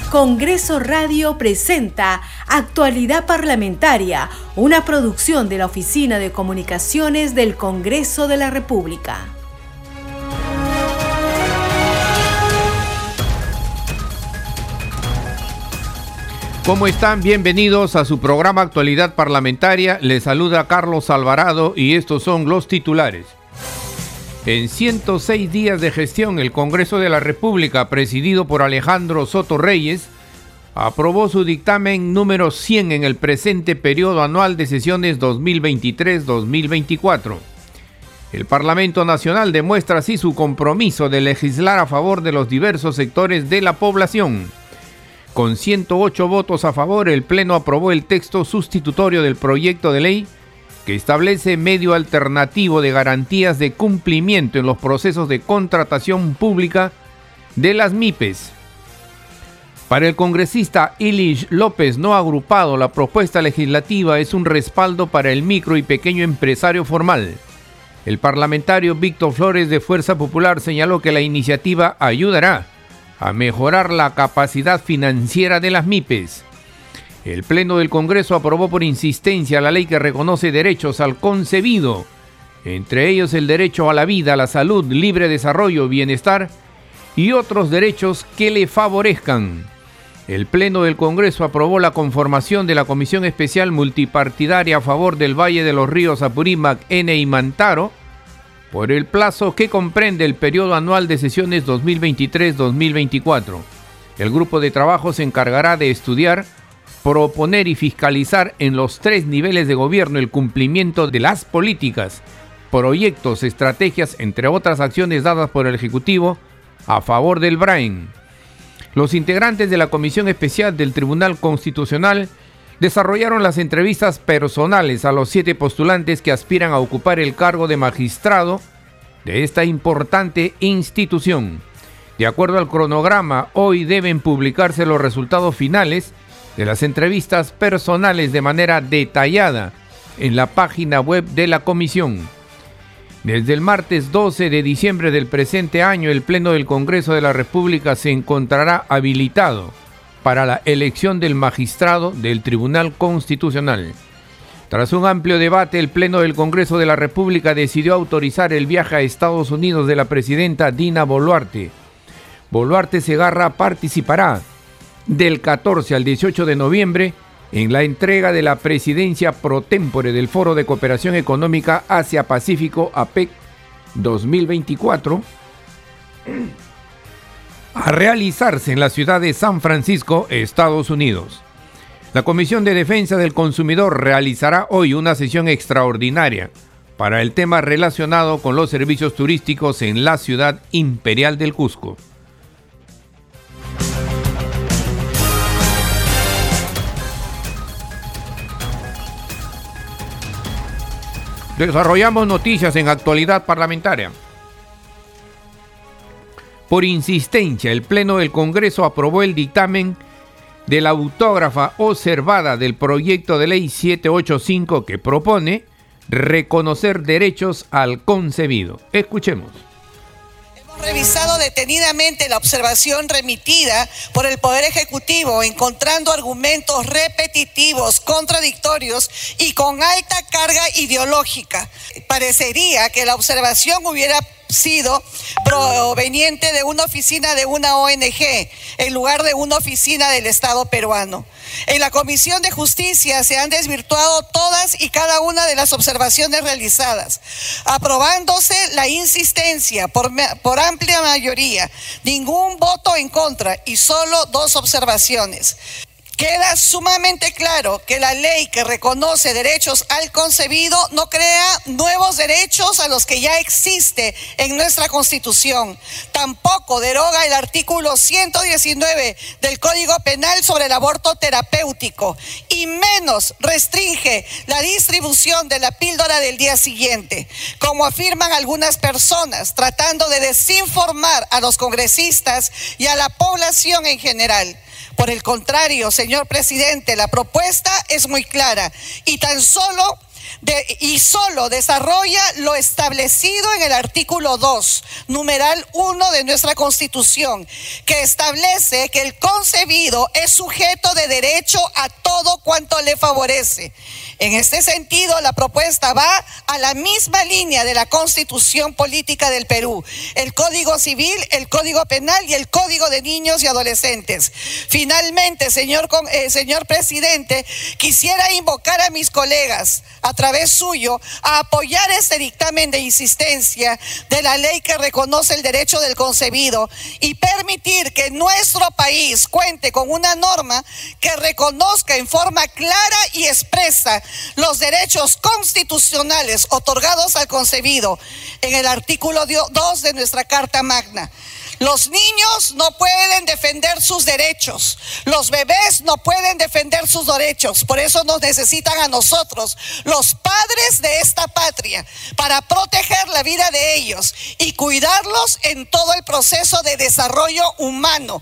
Congreso Radio presenta Actualidad Parlamentaria, una producción de la Oficina de Comunicaciones del Congreso de la República. ¿Cómo están? Bienvenidos a su programa Actualidad Parlamentaria. Les saluda Carlos Alvarado y estos son los titulares. En 106 días de gestión, el Congreso de la República, presidido por Alejandro Soto Reyes, aprobó su dictamen número 100 en el presente periodo anual de sesiones 2023-2024. El Parlamento Nacional demuestra así su compromiso de legislar a favor de los diversos sectores de la población. Con 108 votos a favor, el Pleno aprobó el texto sustitutorio del proyecto de ley que establece medio alternativo de garantías de cumplimiento en los procesos de contratación pública de las MIPES. Para el congresista Ilich López no agrupado, la propuesta legislativa es un respaldo para el micro y pequeño empresario formal. El parlamentario Víctor Flores de Fuerza Popular señaló que la iniciativa ayudará a mejorar la capacidad financiera de las MIPES. El Pleno del Congreso aprobó por insistencia la ley que reconoce derechos al concebido, entre ellos el derecho a la vida, a la salud, libre desarrollo, bienestar y otros derechos que le favorezcan. El Pleno del Congreso aprobó la conformación de la Comisión Especial Multipartidaria a favor del Valle de los Ríos Apurímac, Ene y Mantaro, por el plazo que comprende el periodo anual de sesiones 2023-2024. El grupo de trabajo se encargará de estudiar, proponer y fiscalizar en los 3 niveles de gobierno el cumplimiento de las políticas, proyectos, estrategias, entre otras acciones dadas por el Ejecutivo a favor del Brain. Los integrantes de la Comisión Especial del Tribunal Constitucional desarrollaron las entrevistas personales a los 7 postulantes que aspiran a ocupar el cargo de magistrado de esta importante institución. De acuerdo al cronograma, hoy deben publicarse los resultados finales de las entrevistas personales de manera detallada en la página web de la comisión. Desde el martes 12 de diciembre del presente año, el Pleno del Congreso de la República se encontrará habilitado para la elección del magistrado del Tribunal Constitucional. Tras un amplio debate, el Pleno del Congreso de la República decidió autorizar el viaje a Estados Unidos de la presidenta Dina Boluarte. Boluarte Segarra participará del 14 al 18 de noviembre en la entrega de la presidencia pro tempore del Foro de Cooperación Económica Asia-Pacífico APEC 2024, a realizarse en la ciudad de San Francisco, Estados Unidos. La Comisión de Defensa del Consumidor realizará hoy una sesión extraordinaria para el tema relacionado con los servicios turísticos en la ciudad imperial del Cusco. Desarrollamos noticias en Actualidad Parlamentaria. Por insistencia, el Pleno del Congreso aprobó el dictamen de la autógrafa observada del proyecto de ley 785 que propone reconocer derechos al concebido. Escuchemos. Revisado detenidamente la observación remitida por el Poder Ejecutivo, encontrando argumentos repetitivos, contradictorios y con alta carga ideológica. Parecería que la observación hubiera sido proveniente de una oficina de una ONG en lugar de una oficina del Estado peruano. En la Comisión de Justicia se han desvirtuado todas y cada una de las observaciones realizadas, aprobándose la insistencia por amplia mayoría, ningún voto en contra y solo 2 observaciones. Queda sumamente claro que la ley que reconoce derechos al concebido no crea nuevos derechos a los que ya existe en nuestra Constitución. Tampoco deroga el artículo 119 del Código Penal sobre el aborto terapéutico y menos restringe la distribución de la píldora del día siguiente, como afirman algunas personas, tratando de desinformar a los congresistas y a la población en general. Por el contrario, señor presidente, la propuesta es muy clara y tan solo y solo desarrolla lo establecido en el artículo 2, numeral 1 de nuestra Constitución, que establece que el concebido es sujeto de derecho a todo cuanto le favorece. En este sentido, la propuesta va a la misma línea de la Constitución Política del Perú, el Código Civil, el Código Penal y el Código de Niños y Adolescentes. Finalmente, señor presidente, quisiera invocar a mis colegas, a través suyo, a apoyar este dictamen de insistencia de la ley que reconoce el derecho del concebido y permitir que nuestro país cuente con una norma que reconozca en forma clara y expresa los derechos constitucionales otorgados al concebido en el artículo 2 de nuestra Carta Magna. Los niños no pueden defender sus derechos, los bebés no pueden defender sus derechos, por eso nos necesitan a nosotros, los padres de esta patria, para proteger la vida de ellos y cuidarlos en todo el proceso de desarrollo humano.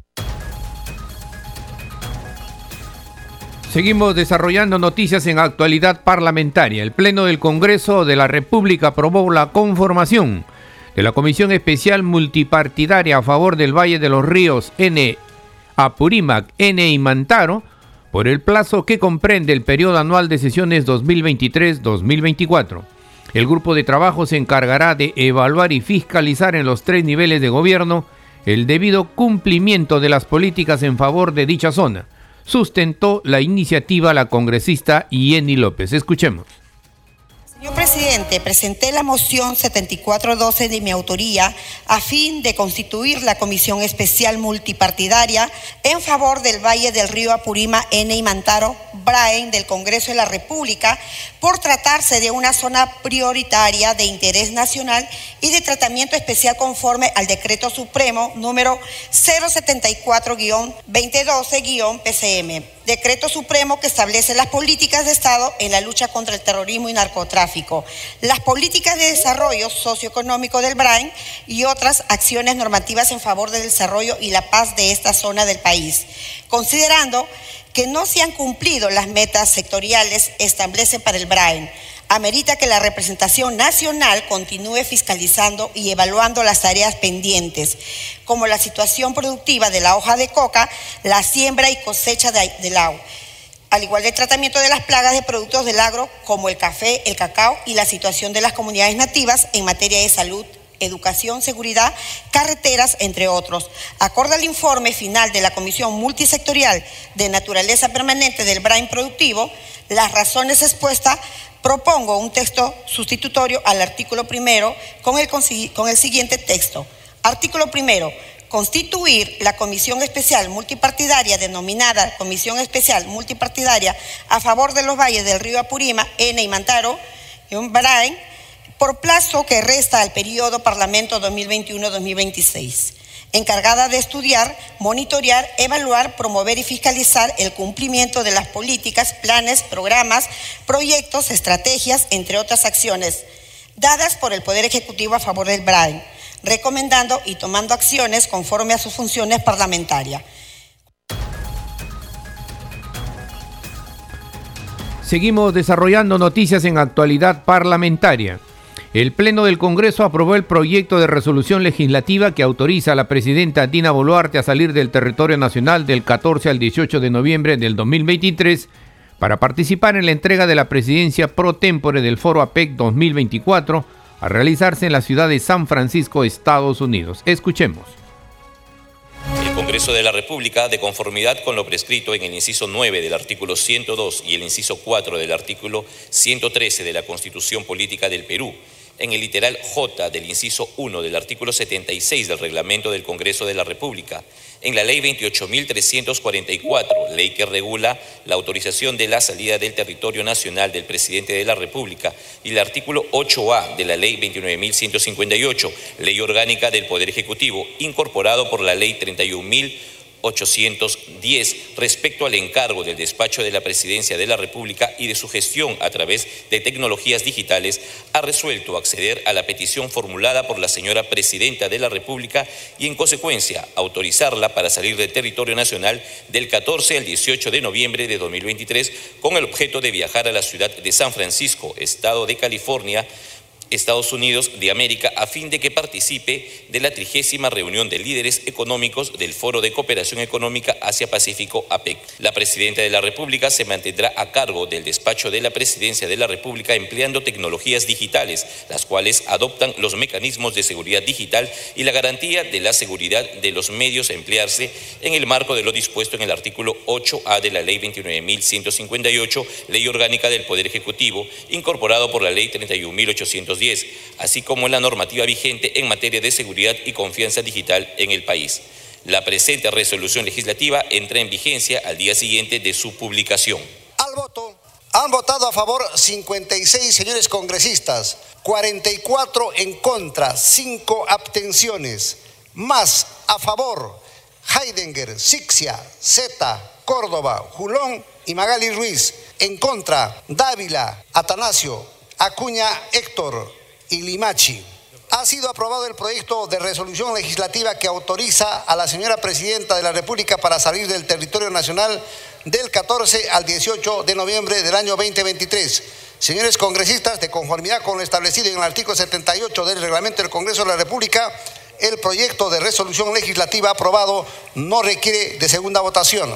Seguimos desarrollando noticias en actualidad parlamentaria. El Pleno del Congreso de la República aprobó la conformación de la Comisión Especial Multipartidaria a favor del Valle de los Ríos N, Apurímac, N y Mantaro, por el plazo que comprende el periodo anual de sesiones 2023-2024. El grupo de trabajo se encargará de evaluar y fiscalizar en los 3 niveles de gobierno el debido cumplimiento de las políticas en favor de dicha zona. Sustentó la iniciativa la congresista Jenny López. Escuchemos. Señor presidente, presenté la moción 7412 de mi autoría a fin de constituir la Comisión Especial Multipartidaria en favor del Valle del Río Apurímac, N y Mantaro, Braen, del Congreso de la República, por tratarse de una zona prioritaria de interés nacional y de tratamiento especial conforme al Decreto Supremo número 074-2012-PCM. Decreto Supremo que establece las políticas de Estado en la lucha contra el terrorismo y narcotráfico, las políticas de desarrollo socioeconómico del Braen y otras acciones normativas en favor del desarrollo y la paz de esta zona del país. Considerando que no se han cumplido las metas sectoriales establecidas para el Braen, amerita que la representación nacional continúe fiscalizando y evaluando las tareas pendientes, como la situación productiva de la hoja de coca, la siembra y cosecha del agua, al igual que el tratamiento de las plagas de productos del agro, como el café, el cacao y la situación de las comunidades nativas en materia de salud, educación, seguridad, carreteras, entre otros. Acorde al informe final de la Comisión Multisectorial de Naturaleza Permanente del Braen Productivo, las razones expuestas, propongo un texto sustitutorio al artículo primero con el siguiente texto. Artículo primero. Constituir la Comisión Especial Multipartidaria denominada Comisión Especial Multipartidaria a favor de los valles del río Apurímac, N y Mantaro, en Braen, por plazo que resta al periodo Parlamento 2021-2026. Encargada de estudiar, monitorear, evaluar, promover y fiscalizar el cumplimiento de las políticas, planes, programas, proyectos, estrategias, entre otras acciones, dadas por el Poder Ejecutivo a favor del Braen, recomendando y tomando acciones conforme a sus funciones parlamentarias. Seguimos desarrollando noticias en actualidad parlamentaria. El Pleno del Congreso aprobó el proyecto de resolución legislativa que autoriza a la presidenta Dina Boluarte a salir del territorio nacional del 14 al 18 de noviembre del 2023 para participar en la entrega de la presidencia pro tempore del Foro APEC 2024 a realizarse en la ciudad de San Francisco, Estados Unidos. Escuchemos. El Congreso de la República, de conformidad con lo prescrito en el inciso 9 del artículo 102 y el inciso 4 del artículo 113 de la Constitución Política del Perú, en el literal J del inciso 1 del artículo 76 del Reglamento del Congreso de la República, en la Ley 28.344, ley que regula la autorización de la salida del territorio nacional del Presidente de la República, y el artículo 8A de la Ley 29.158, Ley Orgánica del Poder Ejecutivo, incorporado por la Ley 31.000 810 respecto al encargo del despacho de la Presidencia de la República y de su gestión a través de tecnologías digitales, ha resuelto acceder a la petición formulada por la señora Presidenta de la República y, en consecuencia, autorizarla para salir del territorio nacional del 14 al 18 de noviembre de 2023 con el objeto de viajar a la ciudad de San Francisco, Estado de California, Estados Unidos de América, a fin de que participe de la 30ª reunión de líderes económicos del Foro de Cooperación Económica Asia-Pacífico APEC. La Presidenta de la República se mantendrá a cargo del despacho de la Presidencia de la República empleando tecnologías digitales, las cuales adoptan los mecanismos de seguridad digital y la garantía de la seguridad de los medios a emplearse en el marco de lo dispuesto en el artículo 8A de la Ley 29.158, Ley Orgánica del Poder Ejecutivo, incorporado por la Ley 31.810, así como en la normativa vigente en materia de seguridad y confianza digital en el país. La presente resolución legislativa entra en vigencia al día siguiente de su publicación. Al voto han votado a favor 56 señores congresistas, 44 en contra, 5 abstenciones. Más a favor Heidinger, Sixia, Zeta, Córdoba, Julón y Magali Ruiz. En contra Dávila, Atanasio, Acuña, Héctor y Limachi. Ha sido aprobado el proyecto de resolución legislativa que autoriza a la señora Presidenta de la República para salir del territorio nacional del 14 al 18 de noviembre del año 2023. Señores congresistas, de conformidad con lo establecido en el artículo 78 del Reglamento del Congreso de la República, el proyecto de resolución legislativa aprobado no requiere de segunda votación.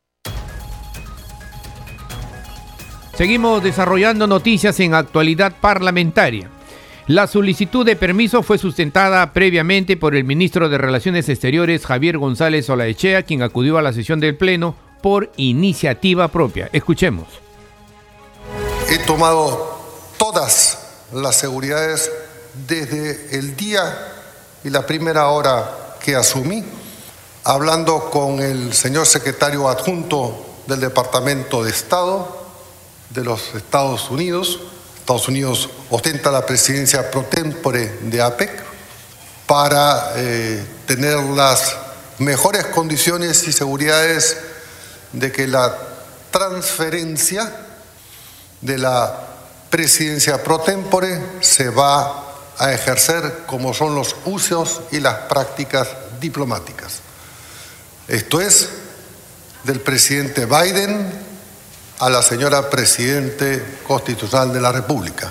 Seguimos desarrollando noticias en actualidad parlamentaria. La solicitud de permiso fue sustentada previamente por el ministro de Relaciones Exteriores, Javier González Olaechea, quien acudió a la sesión del Pleno por iniciativa propia. Escuchemos. He tomado todas las seguridades desde el día y la primera hora que asumí, hablando con el señor secretario adjunto del Departamento de Estado de los Estados Unidos. Estados Unidos ostenta la presidencia pro tempore de APEC para tener las mejores condiciones y seguridades de que la transferencia de la presidencia pro tempore se va a ejercer como son los usos y las prácticas diplomáticas. Esto es, del presidente Biden a la señora Presidente Constitucional de la República.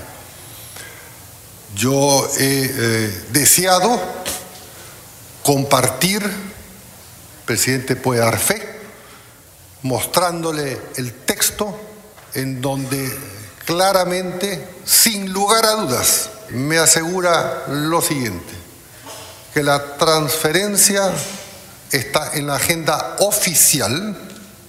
Yo he deseado compartir, el presidente puede dar fe, mostrándole el texto en donde claramente, sin lugar a dudas, me asegura lo siguiente, que la transferencia está en la agenda oficial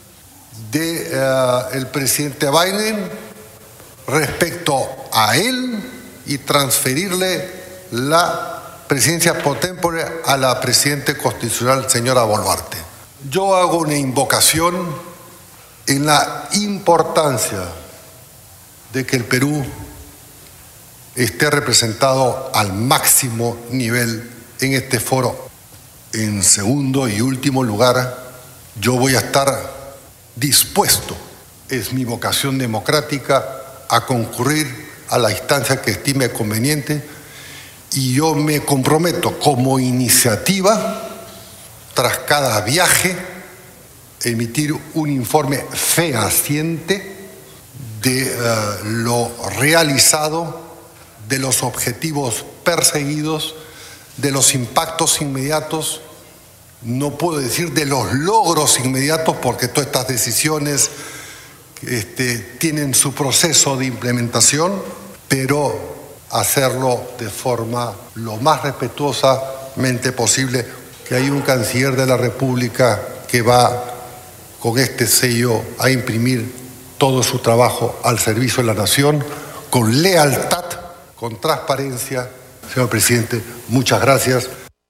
del presidente Biden respecto a él y transferirle la presidencia pro tempore a la Presidenta Constitucional, señora Boluarte. Yo hago una invocación en la importancia de que el Perú esté representado al máximo nivel en este foro. En segundo y último lugar, yo voy a estar dispuesto, es mi vocación democrática, a concurrir a la instancia que estime conveniente, y yo me comprometo como iniciativa, tras cada viaje, emitir un informe fehaciente de lo realizado, de los objetivos perseguidos, de los impactos inmediatos. No puedo decir de los logros inmediatos porque todas estas decisiones tienen su proceso de implementación, pero hacerlo de forma lo más respetuosamente posible, que hay un canciller de la República que va con este sello a imprimir todo su trabajo al servicio de la nación, con lealtad, con transparencia. Señor presidente, muchas gracias.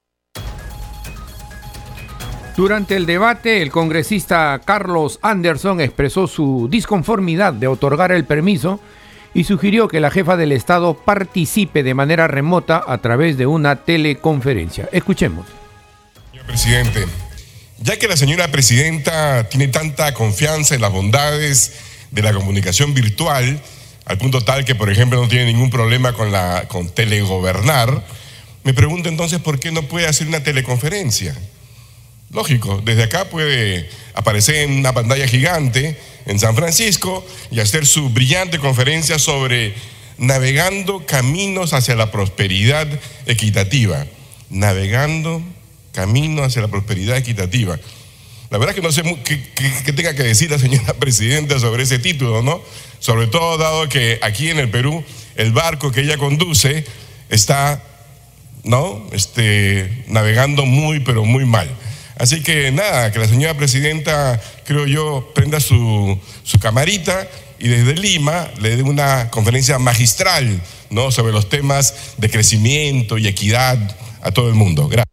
Durante el debate, el congresista Carlos Anderson expresó su disconformidad de otorgar el permiso y sugirió que la jefa del Estado participe de manera remota a través de una teleconferencia. Escuchemos. Señor presidente, Ya que la señora presidenta tiene tanta confianza en las bondades de la comunicación virtual, al punto tal que, por ejemplo, no tiene ningún problema con telegobernar, me pregunto entonces por qué no puede hacer una teleconferencia. Lógico, desde acá puede aparecer en una pantalla gigante en San Francisco y hacer su brillante conferencia sobre navegando caminos hacia la prosperidad equitativa. Navegando camino hacia la prosperidad equitativa. La verdad es que no sé qué tenga que decir la señora presidenta sobre ese título, ¿no? Sobre todo dado que aquí en el Perú el barco que ella conduce está, ¿no? Navegando muy, pero muy mal. Así que nada, que la señora presidenta, creo yo, prenda su camarita y desde Lima le dé una conferencia magistral, ¿no? Sobre los temas de crecimiento y equidad a todo el mundo. Gracias.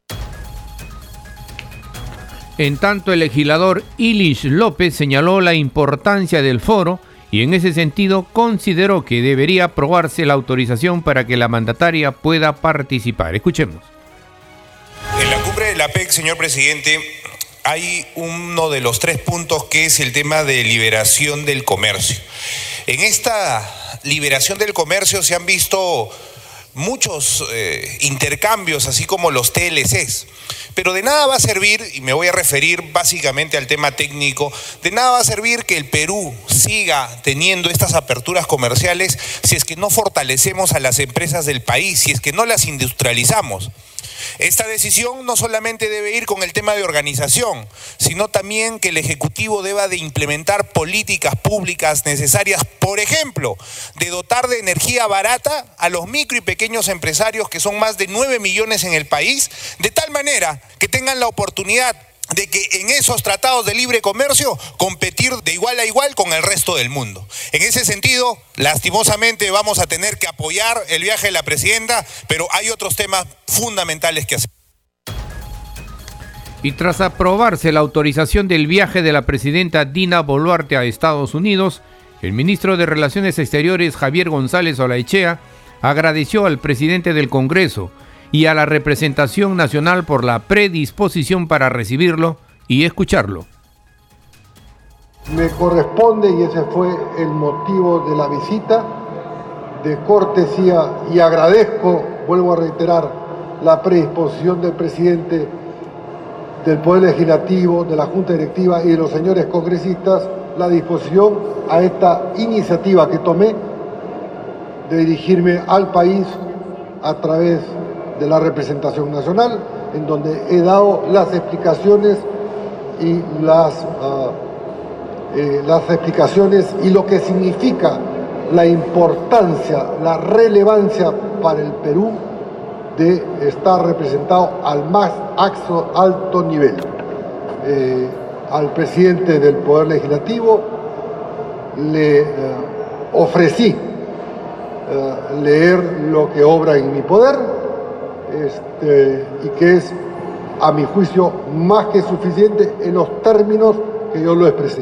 En tanto, el legislador Ilish López señaló la importancia del foro y en ese sentido consideró que debería aprobarse la autorización para que la mandataria pueda participar. Escuchemos. En la cumbre de la APEC, señor presidente, hay uno de los 3 puntos que es el tema de liberación del comercio. En esta liberación del comercio se han visto muchos intercambios, así como los TLCs. Pero de nada va a servir, y me voy a referir básicamente al tema técnico, de nada va a servir que el Perú siga teniendo estas aperturas comerciales si es que no fortalecemos a las empresas del país, si es que no las industrializamos. Esta decisión no solamente debe ir con el tema de organización, sino también que el Ejecutivo deba de implementar políticas públicas necesarias, por ejemplo, de dotar de energía barata a los micro y pequeños empresarios, que son más de 9 millones en el país, de tal manera que tengan la oportunidad de que en esos tratados de libre comercio competir de igual a igual con el resto del mundo. En ese sentido, lastimosamente vamos a tener que apoyar el viaje de la presidenta, pero hay otros temas fundamentales que hacer. Y tras aprobarse la autorización del viaje de la presidenta Dina Boluarte a Estados Unidos, el ministro de Relaciones Exteriores, Javier González Olaechea, agradeció al presidente del Congreso y a la representación nacional por la predisposición para recibirlo y escucharlo. Me corresponde, y ese fue el motivo de la visita, de cortesía, y agradezco, vuelvo a reiterar, la predisposición del presidente del Poder Legislativo, de la Junta Directiva y de los señores congresistas, la disposición a esta iniciativa que tomé de dirigirme al país a través de la representación nacional, en donde he dado las explicaciones y lo que significa la importancia, la relevancia para el Perú de estar representado al más alto nivel. Al presidente del Poder Legislativo le ofrecí leer lo que obra en mi poder, y que es, a mi juicio, más que suficiente en los términos que yo lo expresé.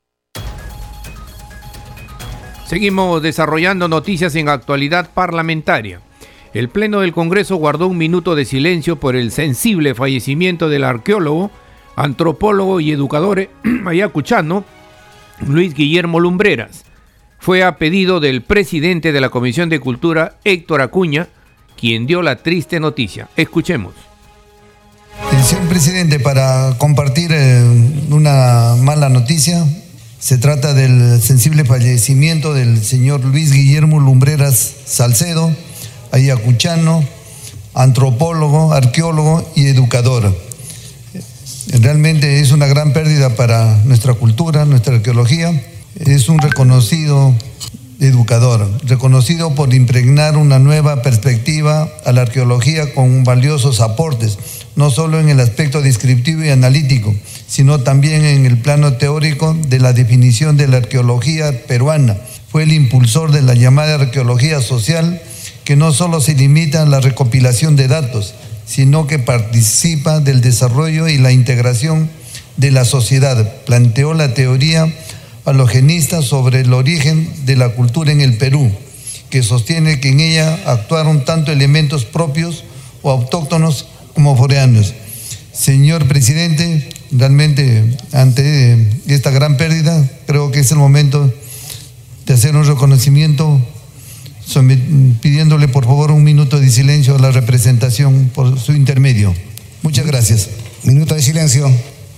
Seguimos desarrollando noticias en actualidad parlamentaria. El Pleno del Congreso guardó un minuto de silencio por el sensible fallecimiento del arqueólogo, antropólogo y educador ayacuchano Luis Guillermo Lumbreras. Fue a pedido del presidente de la Comisión de Cultura, Héctor Acuña, quien dio la triste noticia. Escuchemos. Señor presidente, para compartir una mala noticia, se trata del sensible fallecimiento del señor Luis Guillermo Lumbreras Salcedo, ayacuchano, antropólogo, arqueólogo y educador. Realmente es una gran pérdida para nuestra cultura, nuestra arqueología. Es un reconocido educador, reconocido por impregnar una nueva perspectiva a la arqueología con valiosos aportes, no solo en el aspecto descriptivo y analítico, sino también en el plano teórico de la definición de la arqueología peruana. Fue el impulsor de la llamada arqueología social, que no solo se limita a la recopilación de datos, sino que participa del desarrollo y la integración de la sociedad. Planteó la teoría alogenista sobre el origen de la cultura en el Perú, que sostiene que en ella actuaron tanto elementos propios o autóctonos como foráneos. Señor presidente, realmente ante esta gran pérdida, creo que es el momento de hacer un reconocimiento, pidiéndole por favor un minuto de silencio a la representación por su intermedio. Muchas gracias. Minuto de silencio.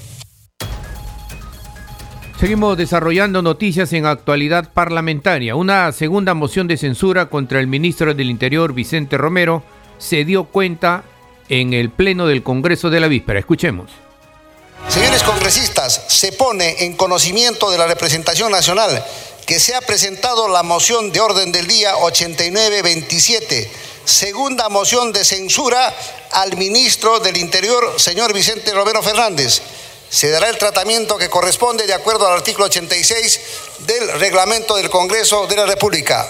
Seguimos desarrollando noticias en actualidad parlamentaria. Una segunda moción de censura contra el ministro del Interior, Vicente Romero, se dio cuenta en el Pleno del Congreso de la víspera. Escuchemos. Señores congresistas, se pone en conocimiento de la representación nacional que se ha presentado la moción de orden del día 8927, segunda moción de censura al ministro del Interior, señor Vicente Romero Fernández. Se dará el tratamiento que corresponde de acuerdo al artículo 86 del reglamento del Congreso de la República.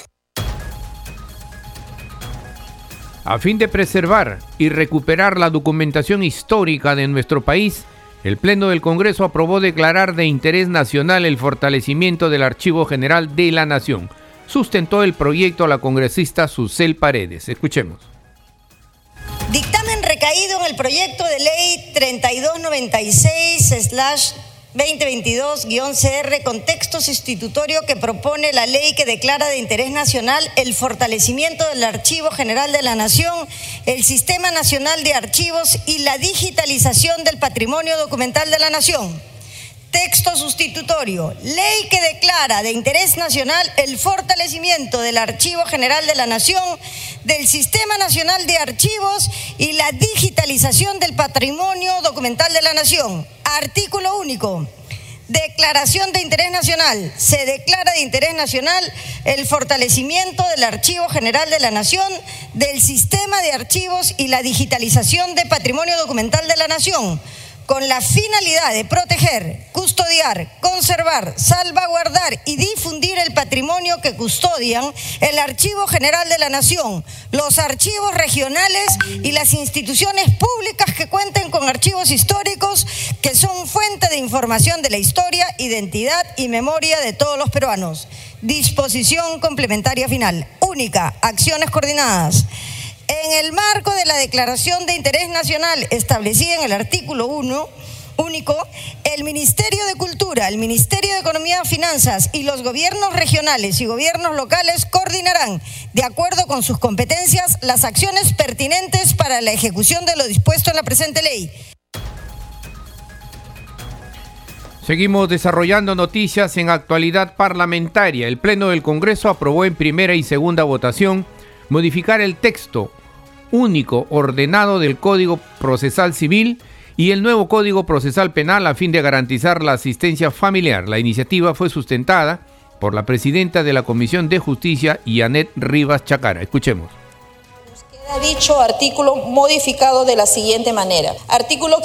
A fin de preservar y recuperar la documentación histórica de nuestro país, el Pleno del Congreso aprobó declarar de interés nacional el fortalecimiento del Archivo General de la Nación. Sustentó el proyecto la congresista Susel Paredes. Escuchemos. Dictamen recaído en el proyecto de ley 3296/2022-CR con texto sustitutorio que propone la ley que declara de interés nacional el fortalecimiento del Archivo General de la Nación, el Sistema Nacional de Archivos y la digitalización del patrimonio documental de la Nación. Texto sustitutorio. Ley que declara de interés nacional el fortalecimiento del Archivo General de la Nación, del Sistema Nacional de Archivos y la digitalización del patrimonio documental de la Nación. Artículo único. Declaración de interés nacional. Se declara de interés nacional el fortalecimiento del Archivo General de la Nación, del Sistema de Archivos y la digitalización del patrimonio documental de la Nación, con la finalidad de proteger, custodiar, conservar, salvaguardar y difundir el patrimonio que custodian el Archivo General de la Nación, los archivos regionales y las instituciones públicas que cuenten con archivos históricos que son fuente de información de la historia, identidad y memoria de todos los peruanos. Disposición complementaria final. Única. Acciones coordinadas. En el marco de la declaración de interés nacional establecida en el artículo 1 único, el Ministerio de Cultura, el Ministerio de Economía y Finanzas y los gobiernos regionales y gobiernos locales coordinarán, de acuerdo con sus competencias, las acciones pertinentes para la ejecución de lo dispuesto en la presente ley. Seguimos desarrollando noticias en actualidad parlamentaria. El Pleno del Congreso aprobó en primera y segunda votación modificar el texto único ordenado del Código Procesal Civil y el nuevo Código Procesal Penal a fin de garantizar la asistencia familiar. La iniciativa fue sustentada por la presidenta de la Comisión de Justicia, Yanet Rivas Chacara. Escuchemos. Queda dicho artículo modificado de la siguiente manera. Artículo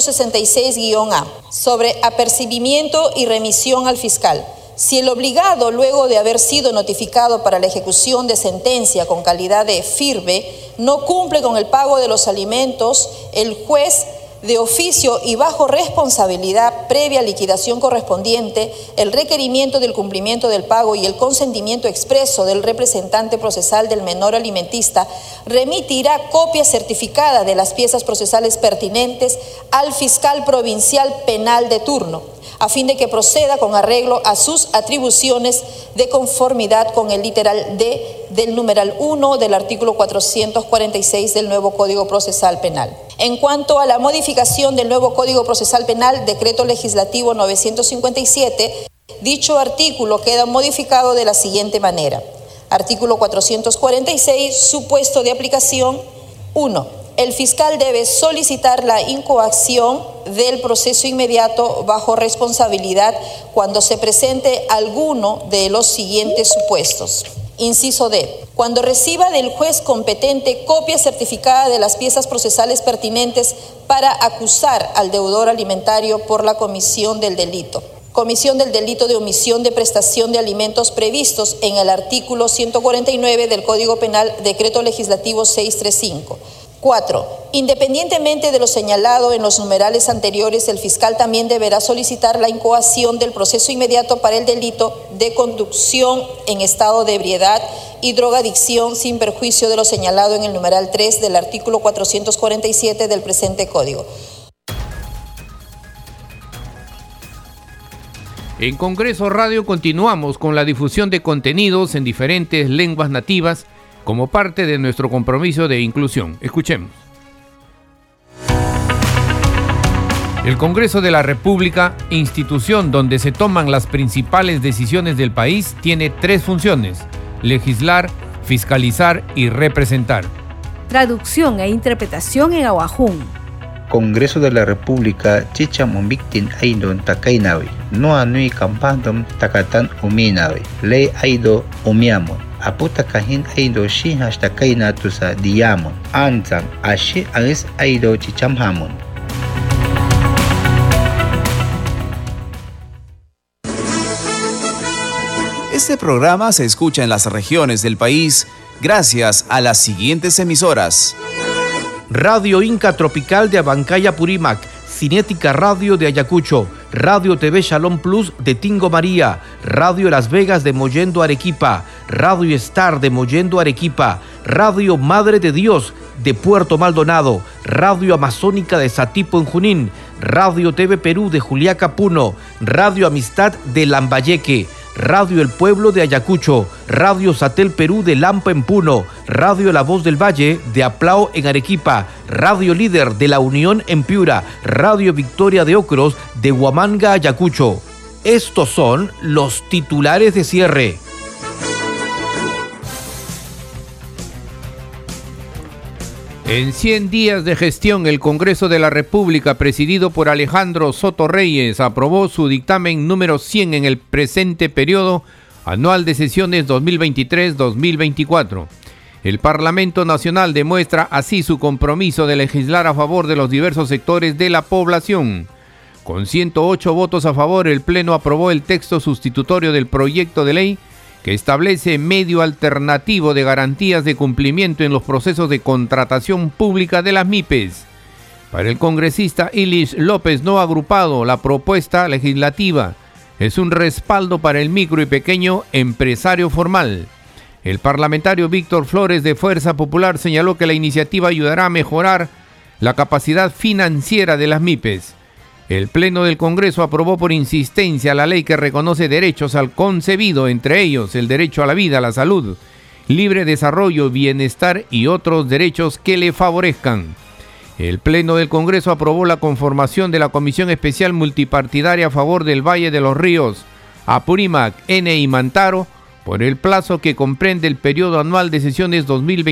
566-A, sobre apercibimiento y remisión al fiscal. Si el obligado, luego de haber sido notificado para la ejecución de sentencia con calidad de firme, no cumple con el pago de los alimentos, el juez, de oficio y bajo responsabilidad previa liquidación correspondiente, el requerimiento del cumplimiento del pago y el consentimiento expreso del representante procesal del menor alimentista, remitirá copia certificada de las piezas procesales pertinentes al fiscal provincial penal de turno, a fin de que proceda con arreglo a sus atribuciones de conformidad con el literal D del numeral 1 del artículo 446 del nuevo Código Procesal Penal. En cuanto a la modificación del nuevo Código Procesal Penal, Decreto Legislativo 957, dicho artículo queda modificado de la siguiente manera. Artículo 446, supuesto de aplicación. 1. El fiscal debe solicitar la incoación del proceso inmediato bajo responsabilidad cuando se presente alguno de los siguientes supuestos. Inciso D. Cuando reciba del juez competente copia certificada de las piezas procesales pertinentes para acusar al deudor alimentario por la comisión del delito. Comisión del delito de omisión de prestación de alimentos previstos en el artículo 149 del Código Penal, Decreto Legislativo 635. 4. Independientemente de lo señalado en los numerales anteriores, el fiscal también deberá solicitar la incoación del proceso inmediato para el delito de conducción en estado de ebriedad y drogadicción sin perjuicio de lo señalado en el numeral 3 del artículo 447 del presente Código. En Congreso Radio continuamos con la difusión de contenidos en diferentes lenguas nativas como parte de nuestro compromiso de inclusión. Escuchemos. El Congreso de la República, institución donde se toman las principales decisiones del país, tiene 3 funciones: legislar, fiscalizar y representar. Traducción e interpretación en Awajún. Congreso de la República chicham victin aidon takainawi no anui campandom takatan uminawi ley aido umiamon aputa kahin aido shihas takaina tusa diamon anzan ashi aris aido chichamhamon. Este programa se escucha en las regiones del país gracias a las siguientes emisoras: Radio Inca Tropical de Abancaya Purímac, Cinética Radio de Ayacucho, Radio TV Shalom Plus de Tingo María, Radio Las Vegas de Mollendo Arequipa, Radio Star de Mollendo Arequipa, Radio Madre de Dios de Puerto Maldonado, Radio Amazónica de Satipo en Junín, Radio TV Perú de Juliaca Puno, Radio Amistad de Lambayeque, Radio El Pueblo de Ayacucho, Radio Satel Perú de Lampa en Puno, Radio La Voz del Valle de Aplao en Arequipa, Radio Líder de La Unión en Piura, Radio Victoria de Ocros de Huamanga, Ayacucho. Estos son los titulares de cierre. En 100 días de gestión, el Congreso de la República, presidido por Alejandro Soto Reyes, aprobó su dictamen número 100 en el presente periodo anual de sesiones 2023-2024. El Parlamento Nacional demuestra así su compromiso de legislar a favor de los diversos sectores de la población. Con 108 votos a favor, el Pleno aprobó el texto sustitutorio del proyecto de ley que establece medio alternativo de garantías de cumplimiento en los procesos de contratación pública de las MIPES. Para el congresista Ilish López no agrupado, la propuesta legislativa es un respaldo para el micro y pequeño empresario formal. El parlamentario Víctor Flores de Fuerza Popular señaló que la iniciativa ayudará a mejorar la capacidad financiera de las MIPES. El Pleno del Congreso aprobó por insistencia la ley que reconoce derechos al concebido, entre ellos el derecho a la vida, a la salud, libre desarrollo, bienestar y otros derechos que le favorezcan. El Pleno del Congreso aprobó la conformación de la Comisión Especial Multipartidaria a favor del Valle de los Ríos, Apurímac, N y Mantaro, por el plazo que comprende el periodo anual de sesiones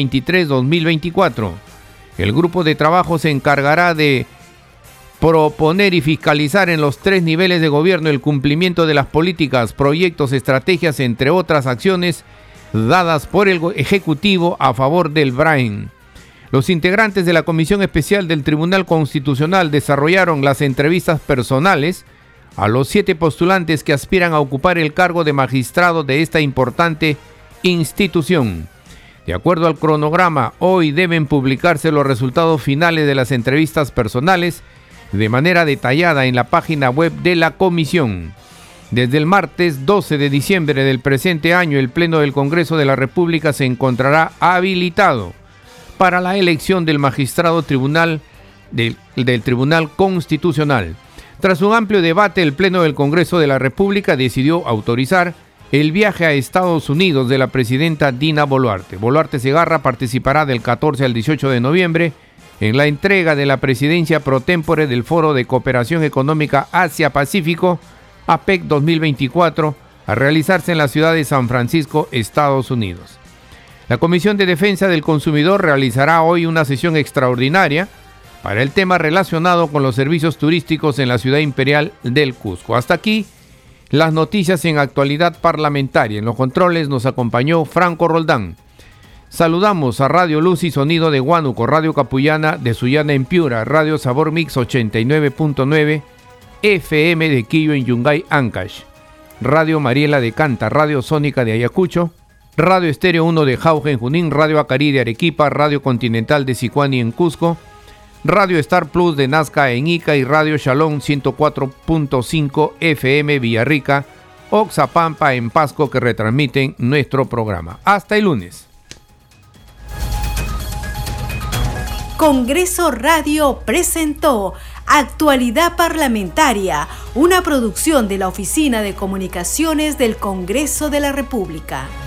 2023-2024. El grupo de trabajo se encargará de proponer y fiscalizar en los 3 niveles de gobierno el cumplimiento de las políticas, proyectos, estrategias, entre otras acciones dadas por el Ejecutivo a favor del BRAEN. Los integrantes de la Comisión Especial del Tribunal Constitucional desarrollaron las entrevistas personales a los 7 postulantes que aspiran a ocupar el cargo de magistrado de esta importante institución. De acuerdo al cronograma, hoy deben publicarse los resultados finales de las entrevistas personales de manera detallada en la página web de la comisión. Desde el martes 12 de diciembre del presente año, el Pleno del Congreso de la República se encontrará habilitado para la elección del magistrado tribunal del Tribunal Constitucional. Tras un amplio debate, el Pleno del Congreso de la República decidió autorizar el viaje a Estados Unidos de la presidenta Dina Boluarte. Boluarte Segarra participará del 14 al 18 de noviembre en la entrega de la presidencia pro tempore del Foro de Cooperación Económica Asia-Pacífico, APEC 2024, a realizarse en la ciudad de San Francisco, Estados Unidos. La Comisión de Defensa del Consumidor realizará hoy una sesión extraordinaria para el tema relacionado con los servicios turísticos en la ciudad imperial del Cusco. Hasta aquí las noticias en actualidad parlamentaria. En los controles nos acompañó Franco Roldán. Saludamos a Radio Luz y Sonido de Huánuco, Radio Capullana de Sullana en Piura, Radio Sabor Mix 89.9, FM de Quillo en Yungay, Ancash, Radio Mariela de Canta, Radio Sónica de Ayacucho, Radio Estéreo 1 de Jauja en Junín, Radio Acarí de Arequipa, Radio Continental de Sicuani en Cusco, Radio Star Plus de Nazca en Ica y Radio Shalom 104.5 FM Villarrica, Oxapampa en Pasco, que retransmiten nuestro programa. Hasta el lunes. Congreso Radio presentó Actualidad Parlamentaria, una producción de la Oficina de Comunicaciones del Congreso de la República.